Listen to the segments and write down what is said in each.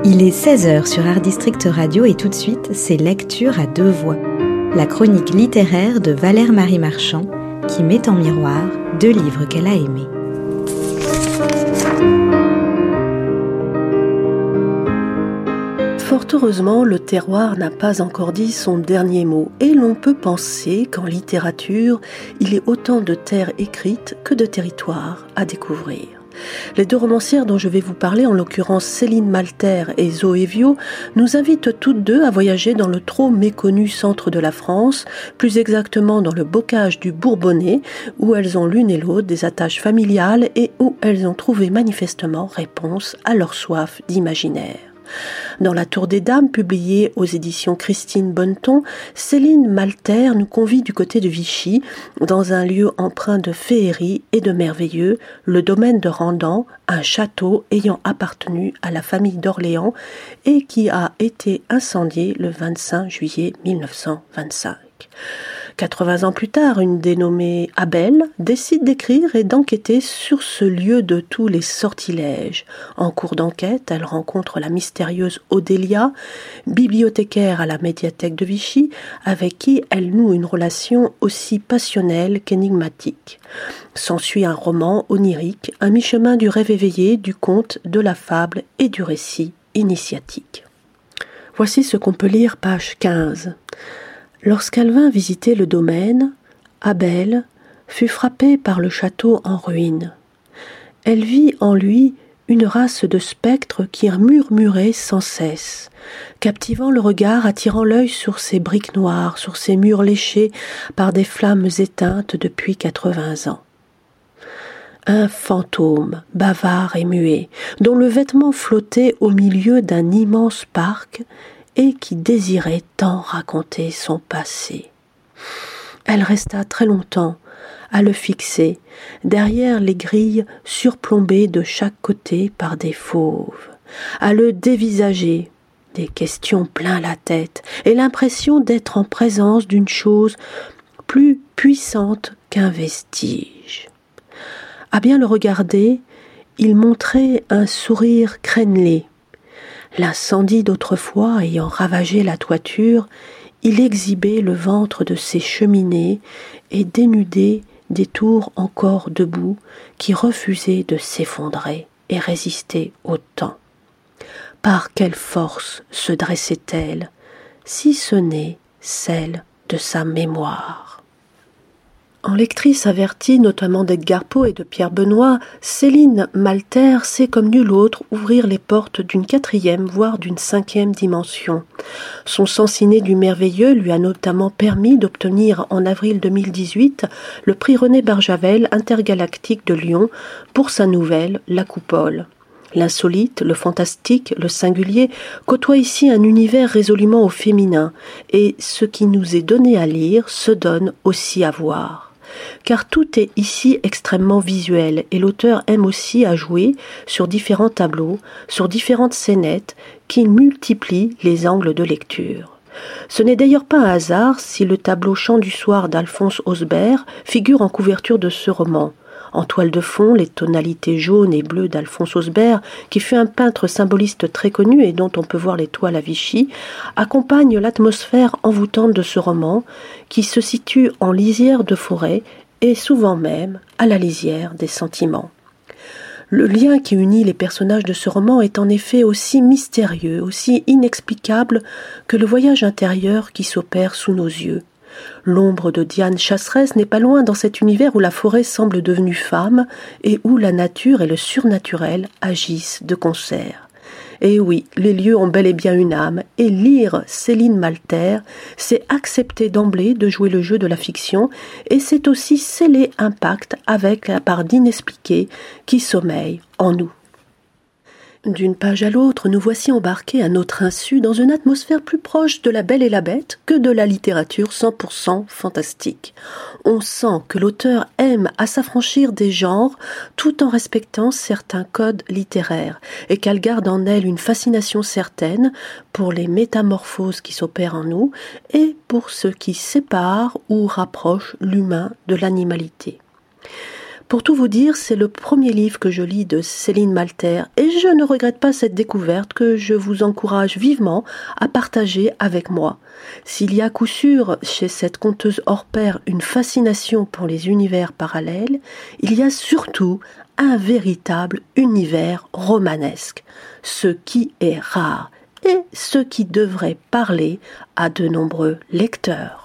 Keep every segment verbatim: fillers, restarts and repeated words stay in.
Il est seize heures sur Art District Radio et tout de suite, c'est Lecture à deux voix. La chronique littéraire de Valère-Marie Marchand qui met en miroir deux livres qu'elle a aimés. Fort heureusement, le terroir n'a pas encore dit son dernier mot et l'on peut penser qu'en littérature, il est autant de terres écrites que de territoires à découvrir. Les deux romancières dont je vais vous parler, en l'occurrence Céline Malter et Zoé Viau, nous invitent toutes deux à voyager dans le trop méconnu centre de la France, plus exactement dans le bocage du Bourbonnais, où elles ont l'une et l'autre des attaches familiales et où elles ont trouvé manifestement réponse à leur soif d'imaginaire. Dans La Tour des Dames, publiée aux éditions Christine Bonneton, Céline Malter nous convie du côté de Vichy, dans un lieu empreint de féerie et de merveilleux, le domaine de Randan, un château ayant appartenu à la famille d'Orléans et qui a été incendié le vingt-cinq juillet mille neuf cent vingt-cinq. quatre-vingts ans plus tard, une dénommée Abel décide d'écrire et d'enquêter sur ce lieu de tous les sortilèges. En cours d'enquête, elle rencontre la mystérieuse Odélia, bibliothécaire à la médiathèque de Vichy, avec qui elle noue une relation aussi passionnelle qu'énigmatique. S'ensuit un roman onirique, un mi-chemin du rêve éveillé, du conte, de la fable et du récit initiatique. Voici ce qu'on peut lire, page quinze. Lorsqu'elle vint visiter le domaine, Abel fut frappée par le château en ruine. Elle vit en lui une race de spectres qui murmuraient sans cesse, captivant le regard, attirant l'œil sur ces briques noires, sur ces murs léchés par des flammes éteintes depuis quatre-vingts ans. Un fantôme, bavard et muet, dont le vêtement flottait au milieu d'un immense parc et qui désirait tant raconter son passé. Elle resta très longtemps à le fixer, derrière les grilles surplombées de chaque côté par des fauves, à le dévisager, des questions plein la tête, et l'impression d'être en présence d'une chose plus puissante qu'un vestige. À bien le regarder, il montrait un sourire crénelé. L'incendie d'autrefois ayant ravagé la toiture, il exhibait le ventre de ses cheminées et dénudait des tours encore debout qui refusaient de s'effondrer et résister au temps. Par quelle force se dressait-elle, si ce n'est celle de sa mémoire? En lectrice avertie notamment d'Edgar Poe et de Pierre Benoît, Céline Malter sait comme nul autre ouvrir les portes d'une quatrième, voire d'une cinquième dimension. Son sens inné du merveilleux lui a notamment permis d'obtenir en avril deux mille dix-huit le prix René Barjavel intergalactique de Lyon pour sa nouvelle La Coupole. L'insolite, le fantastique, le singulier côtoient ici un univers résolument au féminin, et ce qui nous est donné à lire se donne aussi à voir. Car tout est ici extrêmement visuel et l'auteur aime aussi à jouer sur différents tableaux, sur différentes scénettes qui multiplient les angles de lecture. Ce n'est d'ailleurs pas un hasard si le tableau Chant du soir d'Alphonse Ausbert figure en couverture de ce roman. En toile de fond, les tonalités jaunes et bleues d'Alphonse Ausbert, qui fut un peintre symboliste très connu et dont on peut voir les toiles à Vichy, accompagnent l'atmosphère envoûtante de ce roman, qui se situe en lisière de forêt et souvent même à la lisière des sentiments. Le lien qui unit les personnages de ce roman est en effet aussi mystérieux, aussi inexplicable que le voyage intérieur qui s'opère sous nos yeux. L'ombre de Diane Chasseresse n'est pas loin dans cet univers où la forêt semble devenue femme et où la nature et le surnaturel agissent de concert. Et oui, les lieux ont bel et bien une âme, et lire Céline Malter, c'est accepter d'emblée de jouer le jeu de la fiction, et c'est aussi sceller un pacte avec la part d'inexpliqué qui sommeille en nous. D'une page à l'autre, nous voici embarqués à notre insu dans une atmosphère plus proche de La Belle et la Bête que de la littérature cent pour cent fantastique. On sent que l'auteur aime à s'affranchir des genres tout en respectant certains codes littéraires et qu'elle garde en elle une fascination certaine pour les métamorphoses qui s'opèrent en nous et pour ce qui sépare ou rapproche l'humain de l'animalité. Pour tout vous dire, c'est le premier livre que je lis de Céline Malter et je ne regrette pas cette découverte que je vous encourage vivement à partager avec moi. S'il y a à coup sûr chez cette conteuse hors pair une fascination pour les univers parallèles, il y a surtout un véritable univers romanesque, ce qui est rare et ce qui devrait parler à de nombreux lecteurs.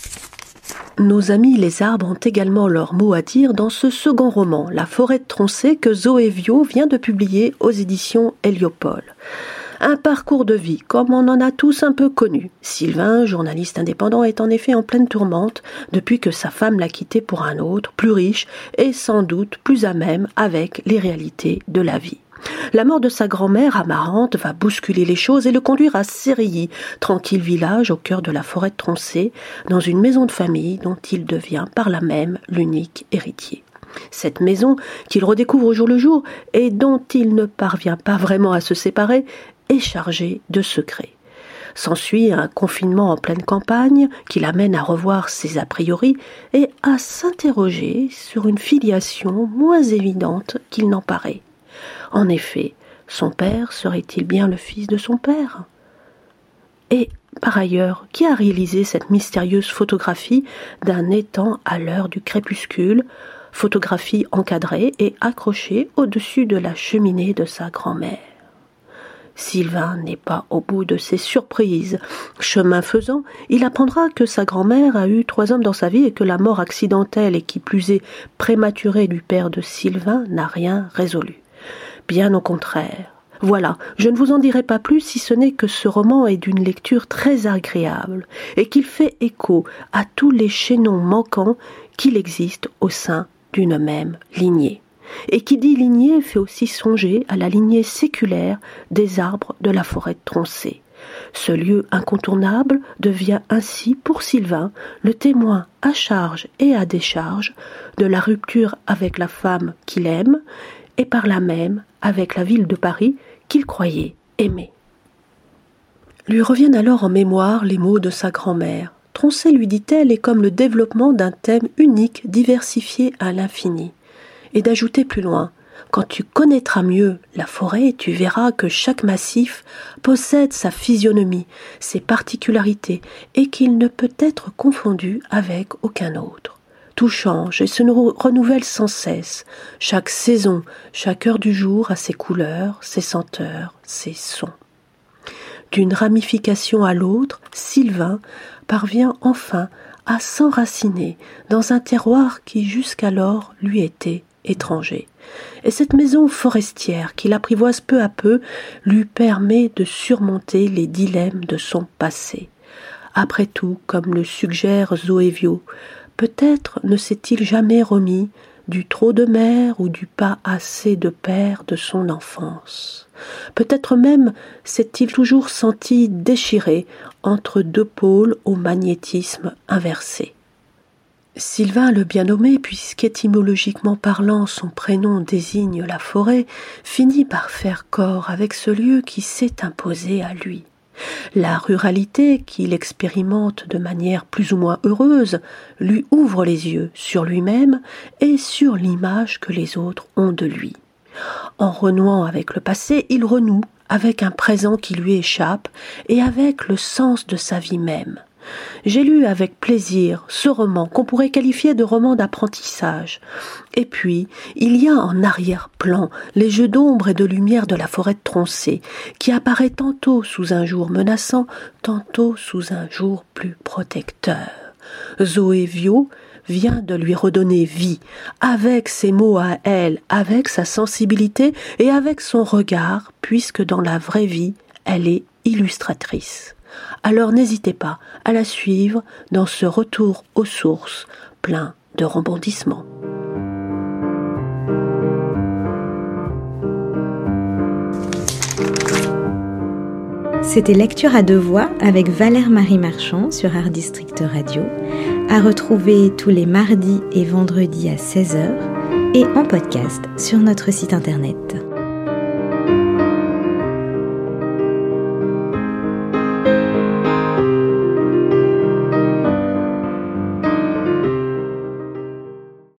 Nos amis les arbres ont également leur mot à dire dans ce second roman, La forêt de Tronchet, que Zoé Viau vient de publier aux éditions Héliopole. Un parcours de vie, comme on en a tous un peu connu. Sylvain, journaliste indépendant, est en effet en pleine tourmente depuis que sa femme l'a quitté pour un autre, plus riche et sans doute plus à même avec les réalités de la vie. La mort de sa grand-mère amarante va bousculer les choses et le conduire à Sérilly, tranquille village au cœur de la forêt de Tronchet, dans une maison de famille dont il devient par là même l'unique héritier. Cette maison, qu'il redécouvre au jour le jour et dont il ne parvient pas vraiment à se séparer, est chargée de secrets. S'ensuit un confinement en pleine campagne qui l'amène à revoir ses a priori et à s'interroger sur une filiation moins évidente qu'il n'en paraît. En effet, son père serait-il bien le fils de son père ? Et, par ailleurs, qui a réalisé cette mystérieuse photographie d'un étang à l'heure du crépuscule, photographie encadrée et accrochée au-dessus de la cheminée de sa grand-mère ? Sylvain n'est pas au bout de ses surprises. Chemin faisant, il apprendra que sa grand-mère a eu trois hommes dans sa vie et que la mort accidentelle et qui plus est prématurée du père de Sylvain n'a rien résolu. Bien au contraire. Voilà, je ne vous en dirai pas plus si ce n'est que ce roman est d'une lecture très agréable et qu'il fait écho à tous les chaînons manquants qu'il existe au sein d'une même lignée. Et qui dit lignée fait aussi songer à la lignée séculaire des arbres de la forêt de Tronchet. Ce lieu incontournable devient ainsi pour Sylvain le témoin à charge et à décharge de la rupture avec la femme qu'il aime et par là même avec la ville de Paris qu'il croyait aimer. Lui reviennent alors en mémoire les mots de sa grand-mère. Tronchet, lui dit-elle, est comme le développement d'un thème unique, diversifié à l'infini. Et d'ajouter plus loin, quand tu connaîtras mieux la forêt, tu verras que chaque massif possède sa physionomie, ses particularités, et qu'il ne peut être confondu avec aucun autre. Tout change et se renouvelle sans cesse. Chaque saison, chaque heure du jour a ses couleurs, ses senteurs, ses sons. D'une ramification à l'autre, Sylvain parvient enfin à s'enraciner dans un terroir qui jusqu'alors lui était étranger. Et cette maison forestière qu'il apprivoise peu à peu lui permet de surmonter les dilemmes de son passé. Après tout, comme le suggère Zoé Viau, peut-être ne s'est-il jamais remis du trop de mère ou du pas assez de père de son enfance. Peut-être même s'est-il toujours senti déchiré entre deux pôles au magnétisme inversé. Sylvain le bien nommé, puisqu'étymologiquement parlant son prénom désigne la forêt, finit par faire corps avec ce lieu qui s'est imposé à lui. La ruralité qu'il expérimente de manière plus ou moins heureuse lui ouvre les yeux sur lui-même et sur l'image que les autres ont de lui. En renouant avec le passé, il renoue avec un présent qui lui échappe et avec le sens de sa vie même. J'ai lu avec plaisir ce roman qu'on pourrait qualifier de roman d'apprentissage. Et puis, il y a en arrière-plan les jeux d'ombre et de lumière de la forêt de Tronchet, qui apparaît tantôt sous un jour menaçant, tantôt sous un jour plus protecteur. Zoé Viau vient de lui redonner vie, avec ses mots à elle, avec sa sensibilité et avec son regard, puisque dans la vraie vie, elle est illustratrice. Alors n'hésitez pas à la suivre dans ce retour aux sources plein de rebondissements. C'était Lecture à deux voix avec Valère Marie Marchand sur Art District Radio, à retrouver tous les mardis et vendredis à seize heures et en podcast sur notre site internet.